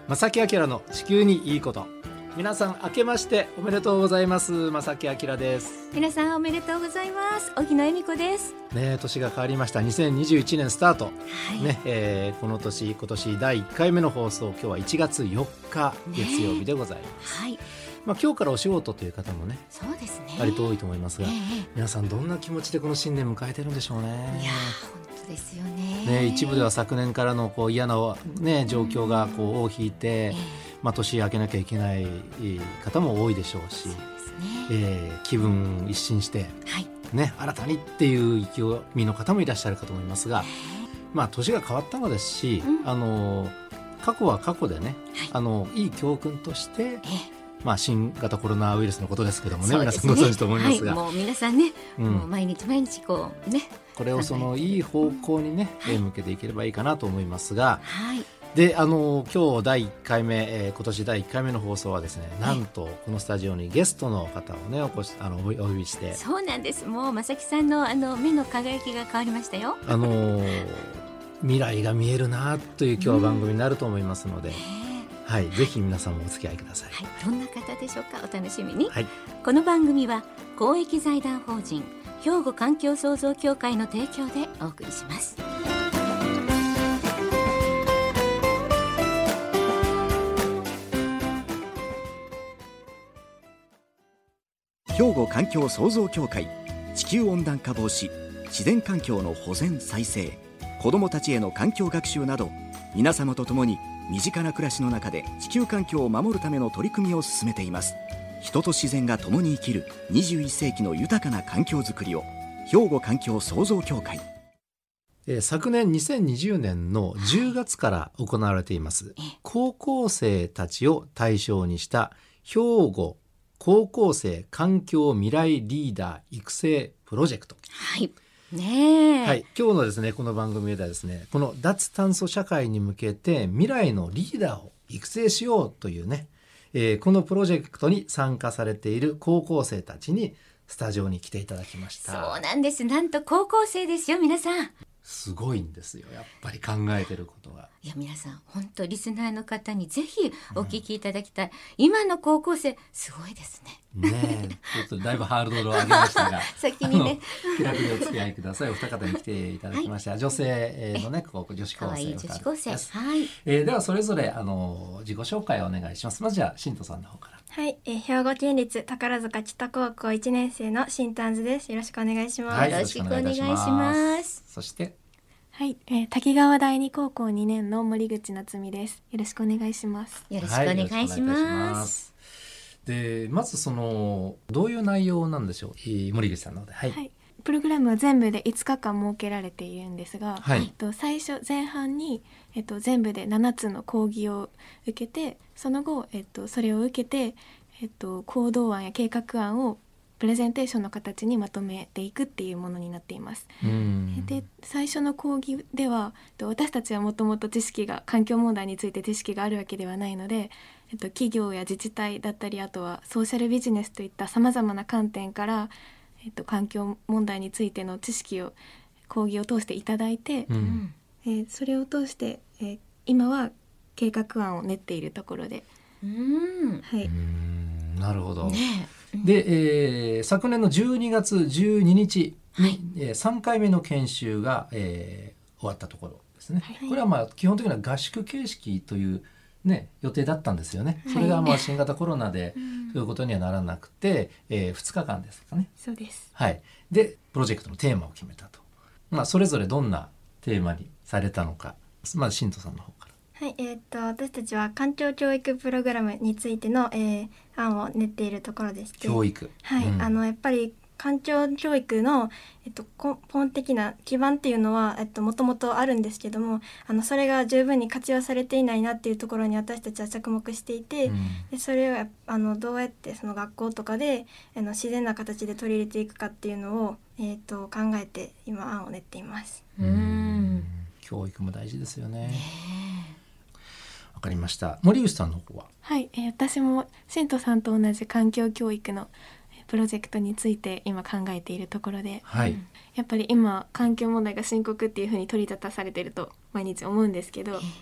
正木明の地球にいいこと。皆さん明けましておめでとうございます。正木明です。 皆さんおめでとうございます。荻野恵美子です。 ね、年が変わりました。2021年スタート、 はいね今年第1回目の放送、今日は1月4日月曜日でございます、 はい、 今日からお仕事という方もね、 そうですね、 割と多いと思いますが、皆さんどんな気持ちでこの新年迎えてるんでしょうね。 いや本当ですよ ね。 一部では昨年からの嫌な、状況が尾を引いて、年明けなきゃいけない方も多いでしょうし、気分一新して、新たにっていう意気込みの方もいらっしゃるかと思いますが、年が変わったのですし、過去は過去でね、いい教訓として、新型コロナウイルスのことですけどもね、皆さんご存知と思いますが、 もう皆さんね、もう毎日これをいい方向にね、向けていければいいかなと思いますが、で今日第1回目、今年第1回目の放送はですね、なんとこのスタジオにゲストの方をねお呼びして、 そうなんです。もう正木さんの目の輝きが変わりましたよ。 未来が見えるなという今日は番組になると思いますので、ぜひ皆さんもお付き合いください。 どんな方でしょうか、お楽しみに。この番組は公益財団法人兵庫環境創造協会の提供でお送りします。 兵庫環境創造協会、地球温暖化防止、自然環境の保全再生、子どもたちへの環境学習など、皆様と共に身近な暮らしの中で地球環境を守るための取り組みを進めています。人と自然が共に生きる21世紀の豊かな環境づくりを、兵庫環境創造協会。 昨年2020年の10月から行われています、高校生たちを対象にした兵庫高校生環境未来リーダー育成プロジェクト。今日のですね、この番組ではですね、この脱炭素社会に向けて未来のリーダーを育成しようというね、このプロジェクトに参加されている高校生たちにスタジオに来ていただきました。 そうなんです。なんと高校生ですよ、皆さん。 すごいんですよ、やっぱり考えてることが。 いや、皆さん本当リスナーの方にぜひお聞きいただきたい、今の高校生すごいですね。 ちょっとだいぶハードルを上げましたが先にね気楽にお付き合いください。お二方に来ていただきました、女性のね、女子高生、 可愛い女子高生、 ではそれぞれ自己紹介をお願いします。まずじゃあ新藤さんの方から。 兵庫県立宝塚北高校1年生の新丹津です。よろしくお願いします。 よろしくお願いします。 そして滝川第二高校2年の森口夏美です。よろしくお願いします。 よろしくお願いします。 でまずどういう内容なんでしょう、森口さんの方で。 プログラムは全部で5日間設けられているんですが、最初前半に、全部で7つの講義を受けて、その後、それを受けて、行動案や計画案をプレゼンテーションの形にまとめていくっていうものになっています。で最初の講義では、私たちはもともと環境問題について知識があるわけではないので、企業や自治体だったり、あとはソーシャルビジネスといったさまざまな観点から、環境問題についての知識を講義を通していただいて、それを通して、今は計画案を練っているところで。 なるほど、で昨年の12月12日に、3回目の研修が、終わったところですね。これは基本的には合宿形式という予定だったんですよね。それが新型コロナでそういうことにはならなくて、2日間ですかね。 そうです。 でプロジェクトのテーマを決めたと。それぞれどんなテーマにされたのか、まず新藤さんの方から。 私たちは環境教育プログラムについての、案を練っているところでして、 教育、 やっぱり環境教育の、根本的な基盤っていうのはもともとあるんですけども、それが十分に活用されていないなっていうところに私たちは着目していて、でそれをどうやってその学校とかで自然な形で取り入れていくかっていうのを、考えて今案を練っています。 教育も大事ですよね。わかりました。森口さんの方は。 私も新藤さんと同じ環境教育のプロジェクトについて今考えているところで、やっぱり今環境問題が深刻っていうふうに取り沙汰されていると毎日思うんですけど、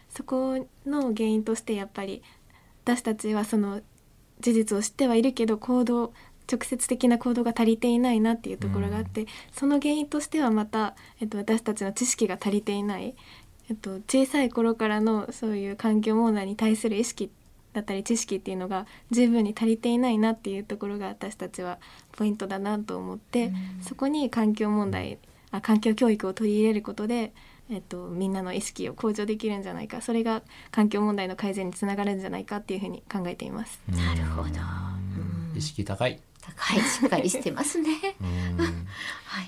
そこの原因としてやっぱり私たちはその事実を知ってはいるけど直接的な行動が足りていないなっていうところがあって、その原因としてはまた、私たちの知識が足りていない、小さい頃からのそういう環境問題に対する意識だったり知識っていうのが十分に足りていないなっていうところが私たちはポイントだなと思って、そこに環境教育を取り入れることで、みんなの意識を向上できるんじゃないか、それが環境問題の改善につながるんじゃないかっていうふうに考えています。 なるほど、 意識高いしっかりしてますねはい、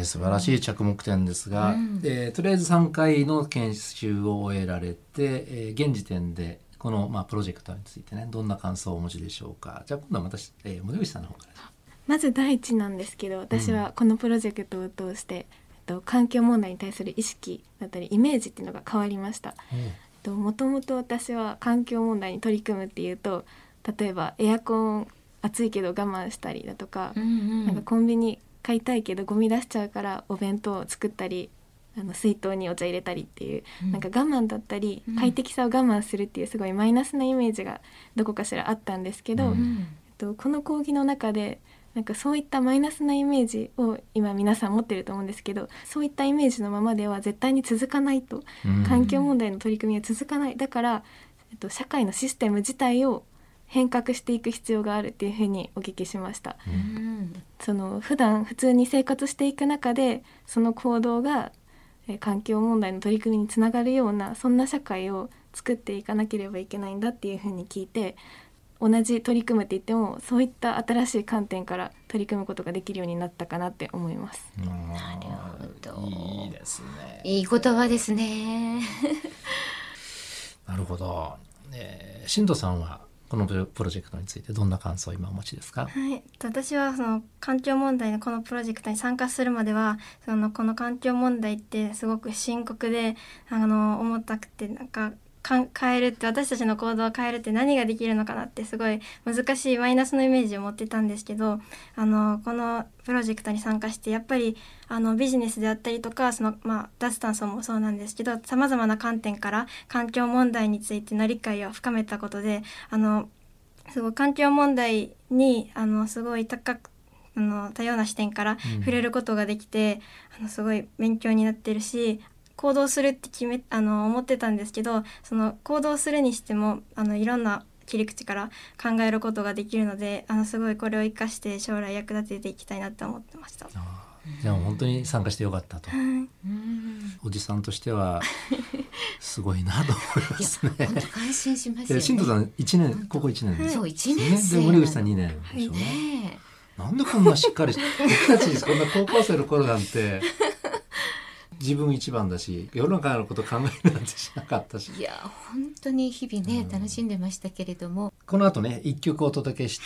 素晴らしい着目点ですが、とりあえず3回の研修を終えられて、現時点でこの、プロジェクトについてね、どんな感想をお持ちでしょうか。じゃあ今度は私、森口さんの方から。 まず第一なんですけど、私はこのプロジェクトを通して、環境問題に対する意識だったりイメージっていうのが変わりました。もともと私は環境問題に取り組むっていうと、例えばエアコン暑いけど我慢したりだとか、なんかコンビニ買いたいけどゴミ出しちゃうからお弁当を作ったり、水筒にお茶入れたりっていう、なんか我慢だったり、快適さを我慢するっていうすごいマイナスなイメージがどこかしらあったんですけど、この講義の中でなんかそういったマイナスなイメージを今皆さん持ってると思うんですけど、そういったイメージのままでは絶対に続かないと、環境問題の取り組みは続かない。だから、社会のシステム自体を変革していく必要があるっていうふうにお聞きしました。普通に生活していく中でその行動が環境問題の取り組みにつながるような、そんな社会を作っていかなければいけないんだっていうふうに聞いて、同じ取り組むって言ってもそういった新しい観点から取り組むことができるようになったかなって思います。 なるほど、 いいですね。 いい言葉ですねなるほど。新藤さんはこのプロジェクトについてどんな感想を今お持ちですか？ はい、私はその環境問題のこのプロジェクトに参加するまではこの環境問題ってすごく深刻で重たくて、なんか変えるって、私たちの行動を変えるって何ができるのかなってすごい難しいマイナスのイメージを持ってたんですけど、このプロジェクトに参加してやっぱりビジネスであったりとか脱炭素もそうなんですけど、さまざまな観点から環境問題についての理解を深めたことで、すごい環境問題にすごい多様な視点から触れることができて、すごい勉強になってるし、行動するって思ってたんですけど、その行動するにしてもいろんな切り口から考えることができるので、すごいこれを生かして将来役立てていきたいなと思ってました。 じゃあ本当に参加してよかったと、おじさんとしてはすごいなと思いますね。 本当感心しますよね。 新藤さん高校1年です、 そう1年生で森口さん2年でしょうね、なんでこんなしっかり僕たちこんな高校生の頃なんて自分一番だし、世の中のこと考えるなんてしなかったし、 いや本当に日々ね、楽しんでましたけれども、 この後ね1曲お届けして、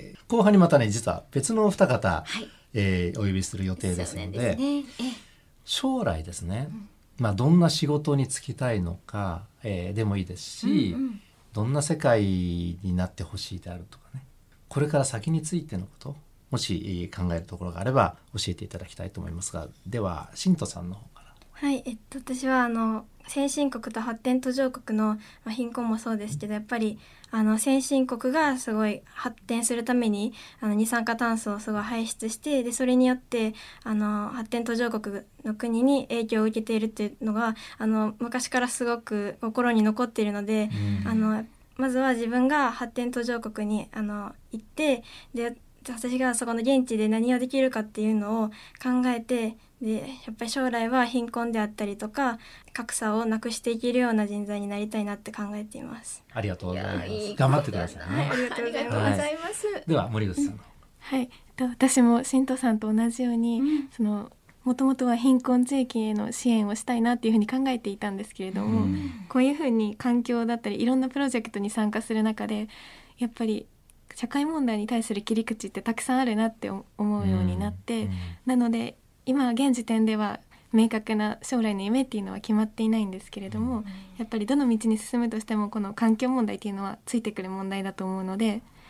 後半にまたね実は別の二方、お呼びする予定ですので、将来ですね、どんな仕事に就きたいのか、でもいいですし、どんな世界になってほしいであるとかね、これから先についてのこともし考えるところがあれば教えていただきたいと思いますが、では新藤さんの方から。 はい、私は先進国と発展途上国の、貧困もそうですけど、やっぱり先進国がすごい発展するために二酸化炭素をすごい排出して、でそれによって発展途上国の国に影響を受けているっていうのが昔からすごく心に残っているので、まずは自分が発展途上国に行って、で私がそこの現地で何をできるかっていうのを考えて、でやっぱり将来は貧困であったりとか格差をなくしていけるような人材になりたいなって考えています。 ありがとうございます。頑張ってくださいね。 ありがとうございます。 では森口さんの。 はい、私も新藤さんと同じように、もともとは貧困地域への支援をしたいなっていうふうに考えていたんですけれども、こういうふうに環境だったりいろんなプロジェクトに参加する中で、やっぱり社会問題に対する切り口ってたくさんあるなって思うようになって、なので今現時点では明確な将来の夢っていうのは決まっていないんですけれども、やっぱりどの道に進むとしてもこの環境問題っていうのはついてくる問題だと思うので、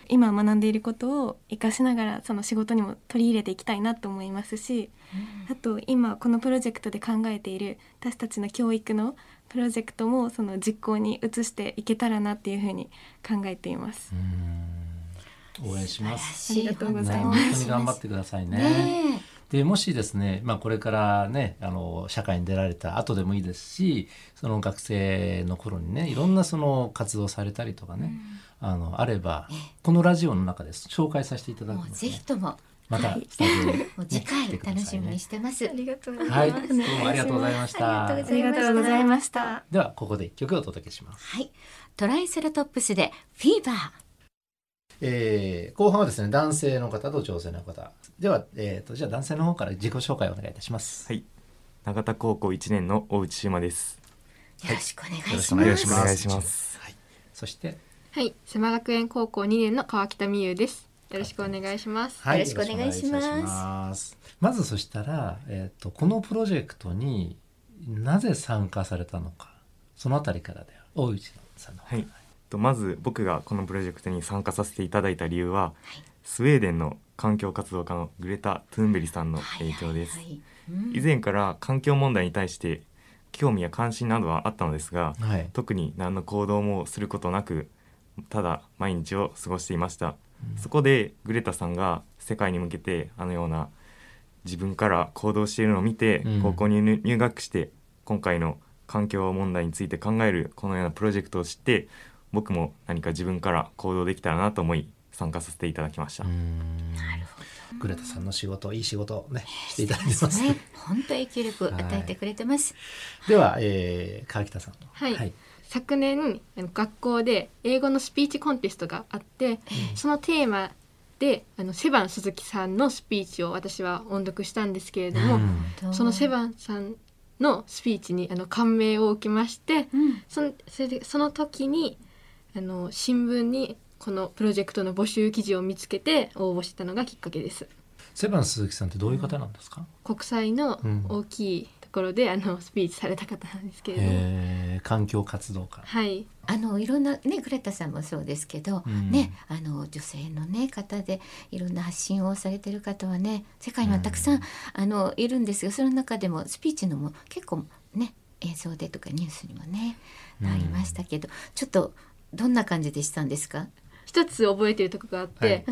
今学んでいることを活かしながらその仕事にも取り入れていきたいなと思いますし、あと今このプロジェクトで考えている私たちの教育のプロジェクトもその実行に移していけたらなっていうふうに考えています。 応援します。 ありがとうございます。 本当に頑張ってくださいね。でもしですね、これからね社会に出られた後でもいいですし、その学生の頃にねいろんなその活動されたりとかね、あればこのラジオの中で紹介させていただくので、 ぜひともまたスタジオに、 もう次回楽しみにしてます。 ありがとうございます。 どうもありがとうございました。 ありがとうございました。 ではここで一曲お届けします。 はい、トライセラトップスでフィーバー。 後半はですね男性の方と女性の方では、じゃあ男性の方から自己紹介をお願いいたします。 はい、永田高校1年の大内志馬です。 よろしくお願いします。 よろしくお願いします。 はい、そしてはい、世磨学園高校2年の川北美優です。よろしくお願いします。 よろしくお願いします。 まずそしたら、このプロジェクトになぜ参加されたのか、そのあたりからで大内さんの方。 はい、まず僕がこのプロジェクトに参加させていただいた理由は、スウェーデンの環境活動家のグレタ・トゥーンベリさんの影響です。以前から環境問題に対して興味や関心などはあったのですが、特に何の行動もすることなくただ毎日を過ごしていました。そこでグレタさんが世界に向けてあのような自分から行動しているのを見て、高校に入学して今回の環境問題について考えるこのようなプロジェクトを知って、僕も何か自分から行動できたらなと思い参加させていただきました。 なるほど。 グレタさんの仕事、いい仕事をねしていただいてますね。 本当影響力与えてくれてます。 では、川北さん。 はい。昨年学校で英語のスピーチコンテストがあって、そのテーマでセバン鈴木さんのスピーチを私は音読したんですけれども、そのセバンさんのスピーチに感銘を受けまして、その時に新聞にこのプロジェクトの募集記事を見つけて応募したのがきっかけです。 セバン鈴木さんってどういう方なんですか？ 国際の大きいところでスピーチされた方なんですけれども、 環境活動家。 はい。 いろんなねグレタさんもそうですけど、ね女性のね方でいろんな発信をされてる方はね世界にはたくさん、いるんですが、その中でもスピーチのも結構ね映像でとかニュースにもねなりましたけど、ちょっとどんな感じでしたんですか？ 一つ覚えてるとこがあって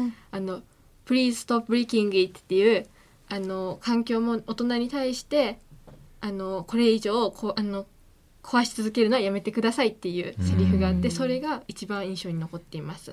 、Please stop breaking it っていう環境も大人に対してこれ以上壊し続けるのはやめてくださいっていうセリフがあって、それが一番印象に残っています。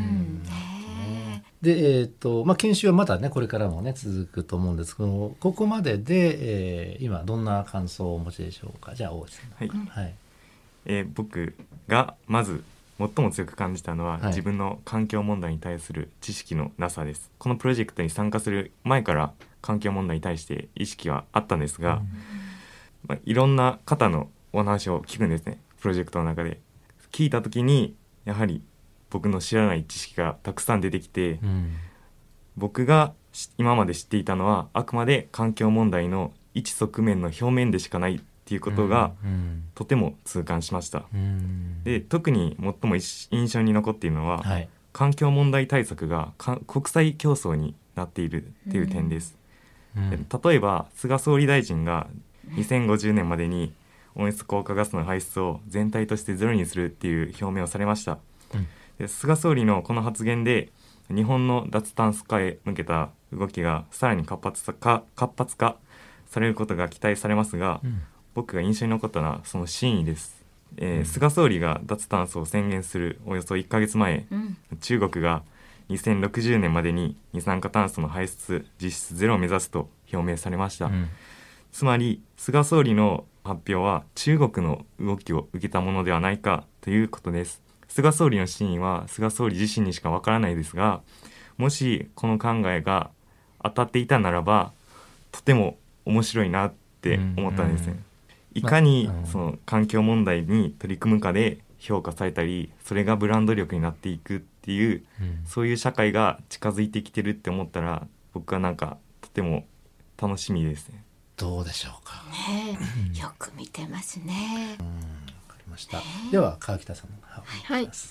で、研修はまだねこれからもね続くと思うんですけど、ここまでで、今どんな感想をお持ちでしょうか？じゃあ大内さん。 僕がまず最も強く感じたのは、自分の環境問題に対する知識のなさです。このプロジェクトに参加する前から環境問題に対して意識はあったんですが、いろんな方のお話を聞くんですね。プロジェクトの中で聞いた時にやはり僕の知らない知識がたくさん出てきて、僕が今まで知っていたのはあくまで環境問題の一側面の表面でしかないっていうことが、とても痛感しました。で特に最も印象に残っているのは、環境問題対策が国際競争になっているっていう点です。例えば菅総理大臣が2050年までに温室効果ガスの排出を全体としてゼロにするっていう表明をされました。で菅総理のこの発言で日本の脱炭素化へ向けた動きがさらに活発化されることが期待されますが、僕が印象に残ったのはその真意です。菅総理が脱炭素を宣言するおよそ1ヶ月前、中国が2060年までに二酸化炭素の排出実質ゼロを目指すと表明されました。つまり菅総理の発表は中国の動きを受けたものではないかということです。菅総理の真意は菅総理自身にしかわからないですが、もしこの考えが当たっていたならばとても面白いなって思ったんですね。いかにその環境問題に取り組むかで評価されたり、それがブランド力になっていくっていう、そういう社会が近づいてきてるって思ったら、僕はなんかとても楽しみですね。 どうでしょうかね、よく見てますね。 わかりました。では川北さんの方お願いします。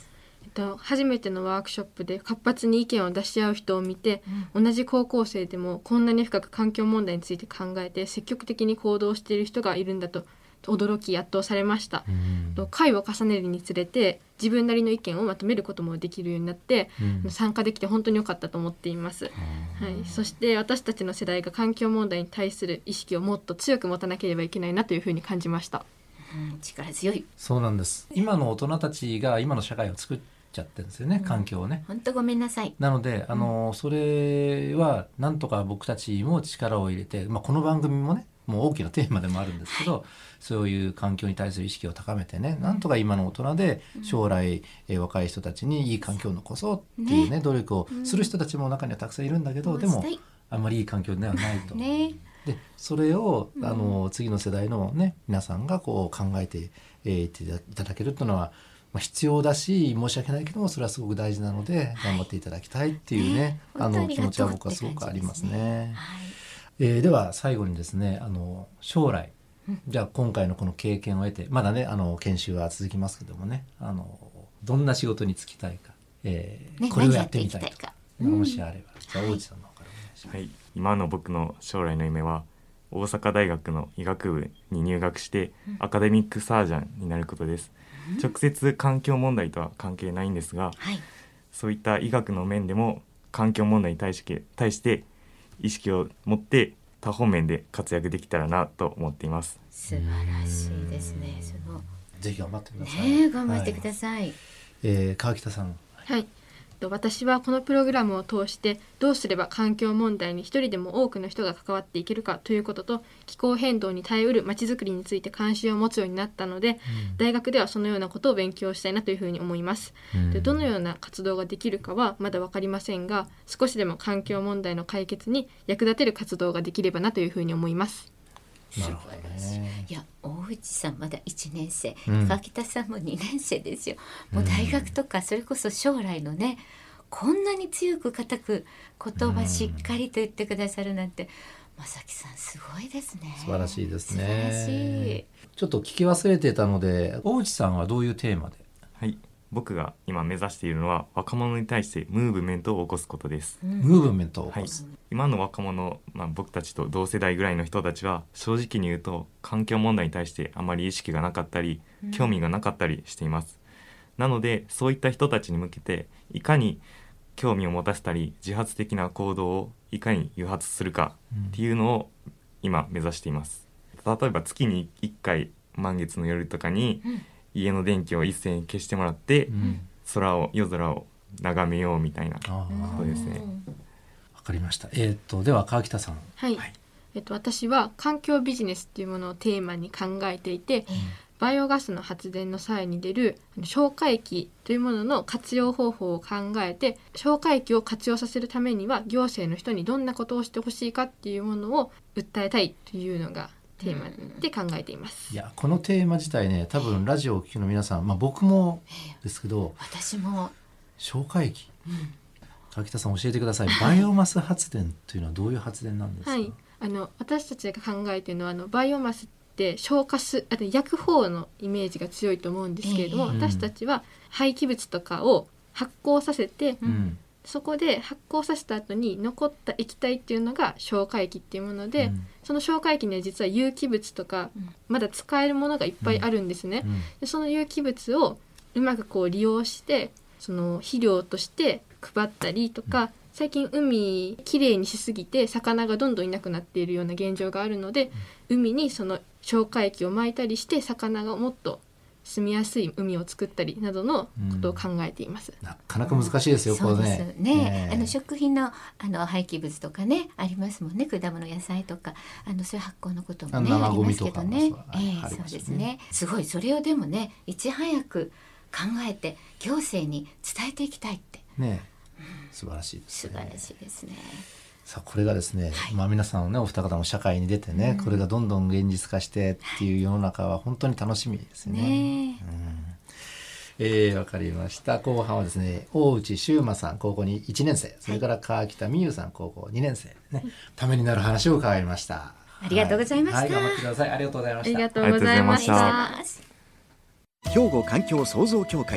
初めてのワークショップで活発に意見を出し合う人を見て、同じ高校生でもこんなに深く環境問題について考えて積極的に行動している人がいるんだと驚き圧倒されました。回を重ねるにつれて自分なりの意見をまとめることもできるようになって、参加できて本当に良かったと思っています。そして私たちの世代が環境問題に対する意識をもっと強く持たなければいけないなというふうに感じました。 力強い。 そうなんです。今の大人たちが今の社会を作っちゃってるんですよね、環境をね。 本当ごめんなさい。 なのでそれはなんとか僕たちも力を入れて、この番組もねもう大きなテーマでもあるんですけど、そういう環境に対する意識を高めてね、なんとか今の大人で将来、若い人たちにいい環境を残そうっていうね、努力をする人たちも中にはたくさんいるんだけど、でもあんまりいい環境ではないと。でそれを次の世代のね皆さんがこう考えていただけるというのは必要だし、申し訳ないけどもそれはすごく大事なので頑張っていただきたいっていうね、気持ちは僕はすごくありますね。では最後にですね、将来じゃあ今回のこの経験を得てまだね研修は続きますけどもね、どんな仕事に就きたいか、これをやってみたいとか、もしあればじゃあ大内さんの方からお願いします。 今の僕の将来の夢は大阪大学の医学部に入学してアカデミックサージャンになることです。直接環境問題とは関係ないんですが、そういった医学の面でも環境問題に対して意識を持って多方面で活躍できたらなと思っています。 素晴らしいですね。 ぜひ頑張ってください。 頑張ってください。 川北さん。 私はこのプログラムを通してどうすれば環境問題に一人でも多くの人が関わっていけるかということと、気候変動に耐えうるまちづくりについて関心を持つようになったので、大学ではそのようなことを勉強したいなというふうに思います。でどのような活動ができるかはまだ分かりませんが、少しでも環境問題の解決に役立てる活動ができればなというふうに思います。 なるほどね。 いや大内さんまだ1年生、川北さんも2年生ですよ。もう大学とかそれこそ将来のね、こんなに強く固く言葉しっかりと言ってくださるなんて、正木さんすごいですね。 素晴らしいですね。 素晴らしい。 ちょっと聞き忘れてたので、大内さんはどういうテーマで？ 僕が今目指しているのは若者に対してムーブメントを起こすことです。 ムーブメントを起こす。 今の若者、僕たちと同世代ぐらいの人たちは正直に言うと環境問題に対してあまり意識がなかったり、興味がなかったりしています。なのでそういった人たちに向けていかに興味を持たせたり自発的な行動をいかに誘発するかっていうのを今目指しています。例えば月に1回満月の夜とかに家の電気を一斉に消してもらって、夜空を眺めようみたいなことですね。 わかりました。では川北さん。 私は環境ビジネスっていうものをテーマに考えていて、バイオガスの発電の際に出る消化液というものの活用方法を考えて、消化液を活用させるためには行政の人にどんなことをしてほしいかっていうものを訴えたいというのがテーマで考えています。 いやこのテーマ自体ね、多分ラジオをお聞きの皆さん、僕もですけど、 私も消化液、川北さん教えてください。バイオマス発電というのはどういう発電なんですか？ 私たちが考えているのはバイオマスって消化焼く方のイメージが強いと思うんですけれども、私たちは廃棄物とかを発酵させて、そこで発酵させた後に残った液体っていうのが消化液っていうもので、その消化液には実は有機物とかまだ使えるものがいっぱいあるんですね。でその有機物をうまく利用してその肥料として配ったりとか、最近海きれいにしすぎて魚がどんどんいなくなっているような現状があるので、海にその消化液を撒いたりして魚がもっと住みやすい海を作ったりなどのことを考えています。 なかなか難しいですよ、 そうですね。食品の廃棄物とかねありますもんね。果物野菜とかそういう発酵のこともねありますけどね。そうですね。すごいそれをでもねいち早く考えて行政に伝えていきたいってね。 素晴らしいですね。 素晴らしいですね。 さあこれがですね、皆さんのねお二方も社会に出てね、これがどんどん現実化してっていう世の中は本当に楽しみですね。わかりました。後半はですね、大内修馬さん高校に1年生、それから川北美優さん高校2年生ね、ためになる話を伺いました。 ありがとうございました。 頑張ってください。ありがとうございました。 ありがとうございました。 兵庫環境創造協会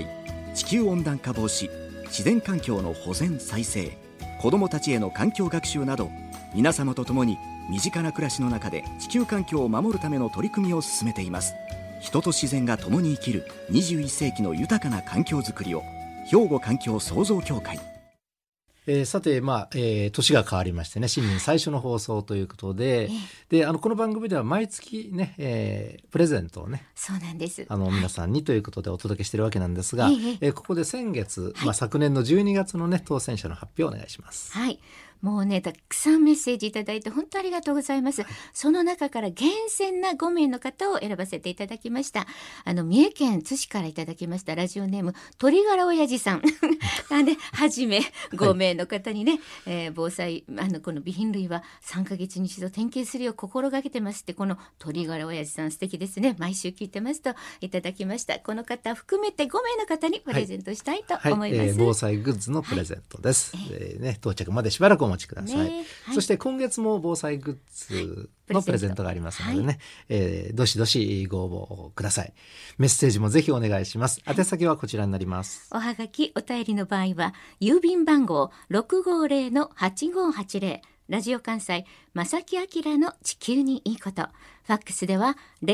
地球温暖化防止、自然環境の保全再生、子どもたちへの環境学習など、皆様と共に身近な暮らしの中で地球環境を守るための取り組みを進めています。人と自然が共に生きる21世紀の豊かな環境づくりを、兵庫環境創造協会。 さて、年が変わりましてね、新年最初の放送ということで、この番組では毎月ね、プレゼントをね、 そうなんです、 皆さんにということでお届けしているわけなんですが、ここで先月、昨年の12月のね、当選者の発表をお願いします。 はい、もうね、たくさんメッセージいただいて本当ありがとうございます。その中から厳選な5名の方を選ばせていただきました。三重県津市からいただきましたラジオネーム鳥柄親父さんで、はじめ5名の方にね、防災この備品類は3ヶ月に一度点検するよう心がけてますって、この鳥柄親父さん素敵ですね、毎週聞いてますといただきました。この方含めて5名の方にプレゼントしたいと思います。 防災グッズのプレゼントです、到着までしばらくお待ちください、そして今月も防災グッズのプレゼントがありますのでね、どしどしご応募ください。メッセージもぜひお願いします。宛先はこちらになります。 おはがきお便りの場合は郵便番号 650-8580、 ラジオ関西正木明の地球にいいこと、ファックスでは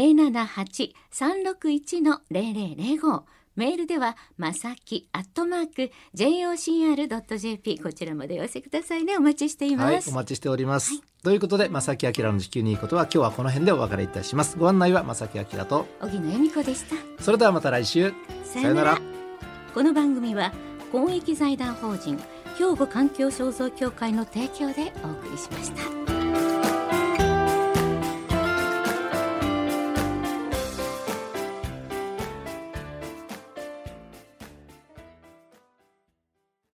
078-361-0005、メールではまさき@jocr.jp、 こちらまでお寄せくださいね。お待ちしています。 お待ちしております、ということで、まさきあきらの地球にいいことは今日はこの辺でお別れいたします。ご案内はまさきあきらと荻野恵美子でした。 それではまた来週、さよなら。 この番組は公益財団法人兵庫環境創造協会の提供でお送りしました。